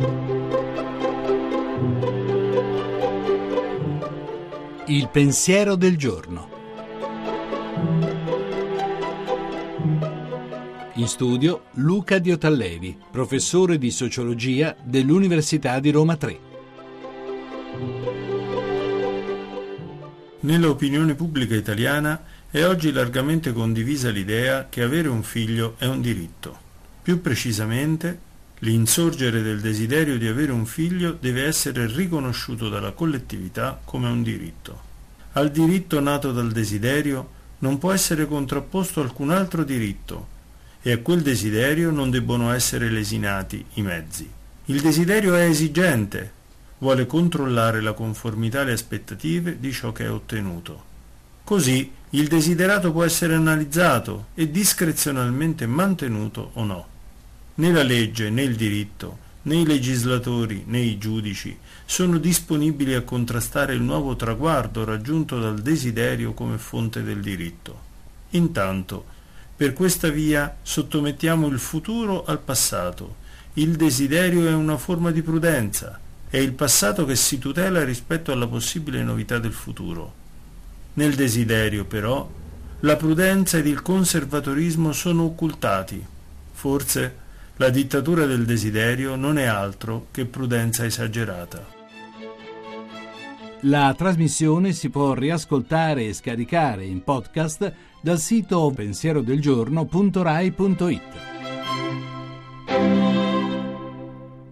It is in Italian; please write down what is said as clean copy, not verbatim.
Il pensiero del giorno. In studio Luca Diotallevi, professore di sociologia dell'Università di Roma III. Nell'opinione pubblica italiana è oggi largamente condivisa l'idea che avere un figlio è un diritto. Più precisamente, l'insorgere del desiderio di avere un figlio deve essere riconosciuto dalla collettività come un diritto. Al diritto nato dal desiderio non può essere contrapposto alcun altro diritto e a quel desiderio non debbono essere lesinati i mezzi. Il desiderio è esigente, vuole controllare la conformità alle aspettative di ciò che è ottenuto. Così il desiderato può essere analizzato e discrezionalmente mantenuto o no. Né la legge, né il diritto, né i legislatori, né i giudici sono disponibili a contrastare il nuovo traguardo raggiunto dal desiderio come fonte del diritto. Intanto, per questa via sottomettiamo il futuro al passato. Il desiderio è una forma di prudenza, è il passato che si tutela rispetto alla possibile novità del futuro. Nel desiderio, però, la prudenza ed il conservatorismo sono occultati. Forse la dittatura del desiderio non è altro che prudenza esagerata. La trasmissione si può riascoltare e scaricare in podcast dal sito pensierodelgiorno.rai.it.